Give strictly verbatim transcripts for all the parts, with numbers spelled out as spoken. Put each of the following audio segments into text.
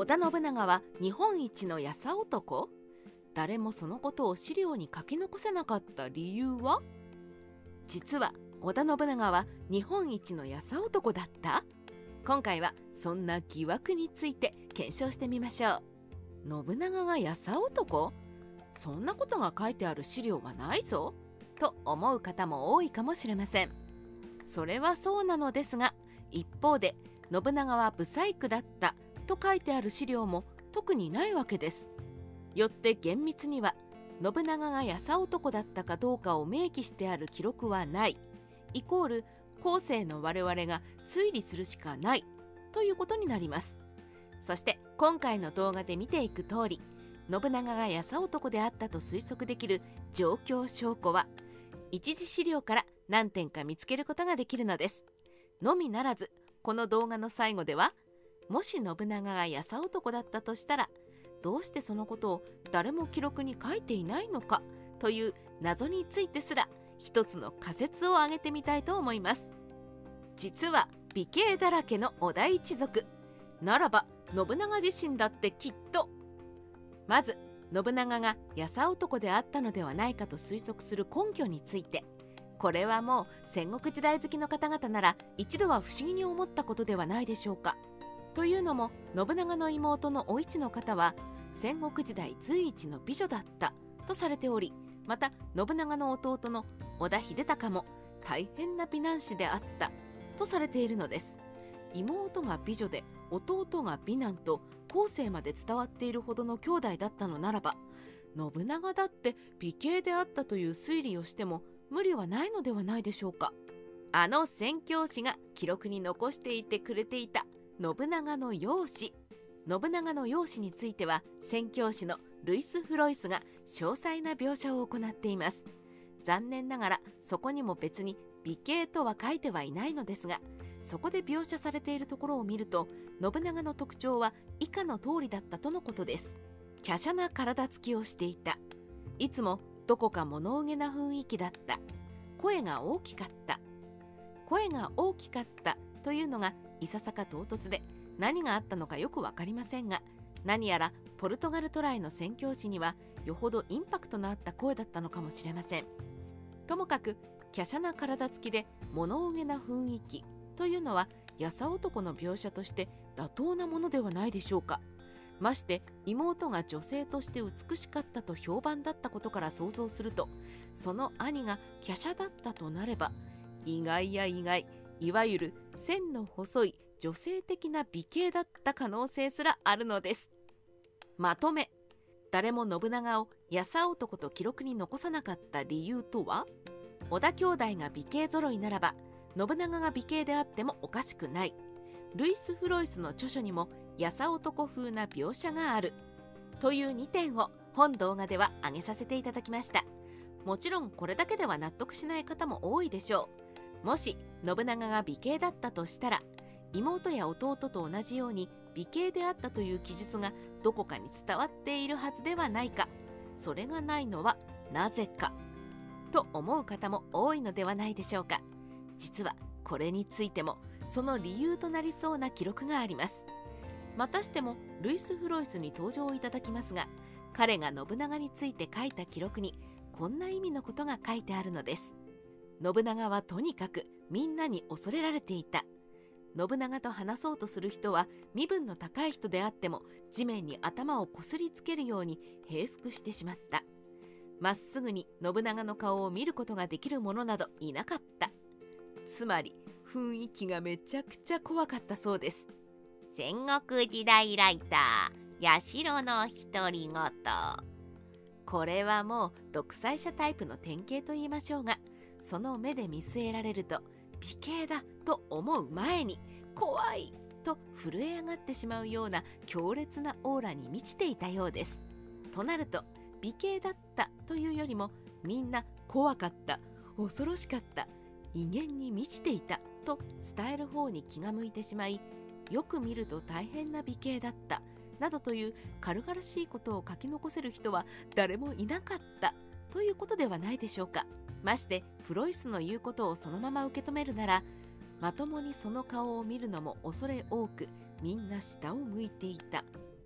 織田信長は日本一のやさ男？誰もそのことを資料に書き残せなかった理由は？実は織田信長は日本一のやさ男だった？今回はそんな疑惑について検証してみましょう。信長がやさ男？そんなことが書いてある資料はないぞと思う方も多いかもしれません。それはそうなのですが、一方で信長は不細工だったと書いてある資料も特にないわけです。よって厳密には信長がやさ男だったかどうかを明記してある記録はない、イコール後世の我々が推理するしかないということになります。そして今回の動画で見ていく通り、信長がやさ男であったと推測できる状況証拠は一次資料から何点か見つけることができるのです。のみならず、この動画の最後では、もし信長がやさ男だったとしたら、どうしてそのことを誰も記録に書いていないのかという謎についてすら一つの仮説を挙げてみたいと思います。実は美形だらけの織田一族ならば、信長自身だってきっと。まず信長がやさ男であったのではないかと推測する根拠について、これはもう戦国時代好きの方々なら一度は不思議に思ったことではないでしょうか。というのも、信長の妹のお市の方は戦国時代随一の美女だったとされており、また信長の弟の織田秀孝も大変な美男子であったとされているのです。妹が美女で弟が美男と後世まで伝わっているほどの兄弟だったのならば、信長だって美形であったという推理をしても無理はないのではないでしょうか。あの宣教師が記録に残していてくれていた信長の容姿。信長の容姿については宣教師のルイス・フロイスが詳細な描写を行っています。残念ながらそこにも別に美形とは書いてはいないのですが、そこで描写されているところを見ると、信長の特徴は以下の通りだったとのことです。華奢な体つきをしていた。いつもどこか物憂げな雰囲気だった。声が大きかった。声が大きかったというのがいささか唐突で、何があったのかよくわかりませんが、何やらポルトガルトライの宣教師にはよほどインパクトのあった声だったのかもしれません。ともかく華奢な体つきで物憂げな雰囲気というのはやさ男の描写として妥当なものではないでしょうか。まして妹が女性として美しかったと評判だったことから想像すると、その兄が華奢だったとなれば、意外や意外、いわゆる線の細い女性的な美形だった可能性すらあるのです。まとめ、誰も信長をやさ男と記録に残さなかった理由とは、織田兄弟が美形揃いならば信長が美形であってもおかしくない。ルイス・フロイスの著書にもやさ男風な描写があるというにてんを本動画では挙げさせていただきました。もちろんこれだけでは納得しない方も多いでしょう。もし信長が美形だったとしたら、妹や弟と同じように美形であったという記述がどこかに伝わっているはずではないか。それがないのはなぜかと思う方も多いのではないでしょうか。実はこれについてもその理由となりそうな記録があります。またしてもルイス・フロイスに登場いただきますが、彼が信長について書いた記録にこんな意味のことが書いてあるのです。信長はとにかくみんなに恐れられていた。信長と話そうとする人は身分の高い人であっても地面に頭をこすりつけるように平伏してしまった。まっすぐに信長の顔を見ることができる者などいなかった。つまり雰囲気がめちゃくちゃ怖かったそうです。 戦国時代ライター、八代の独り言。 これはもう独裁者タイプの典型と言いましょうが、その目で見据えられると美形だと思う前に怖いと震え上がってしまうような強烈なオーラに満ちていたようです。となると美形だったというよりも、みんな怖かった、恐ろしかった、威厳に満ちていたと伝える方に気が向いてしまい、よく見ると大変な美形だったなどという軽々しいことを書き残せる人は誰もいなかったということではないでしょうか。ましてフロイスの言うことをそのまま受け止めるなら、まともにその顔を見るのも恐れ多く、みんな下を向いていた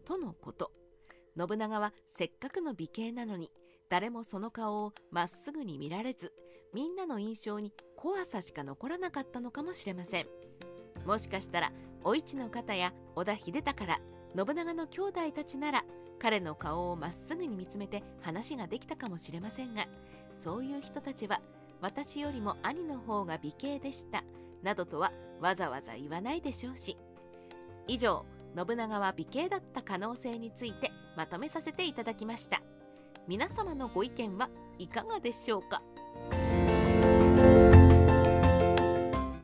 とのこと。信長はせっかくの美形なのに、誰もその顔をまっすぐに見られず、みんなの印象に怖さしか残らなかったのかもしれません。もしかしたらお市の方や織田秀孝ら信長の兄弟たちなら、彼の顔をまっすぐに見つめて話ができたかもしれませんが、そういう人たちは私よりも兄の方が美形でしたなどとはわざわざ言わないでしょうし。以上、信長は美形だった可能性についてまとめさせていただきました。皆様のご意見はいかがでしょうか。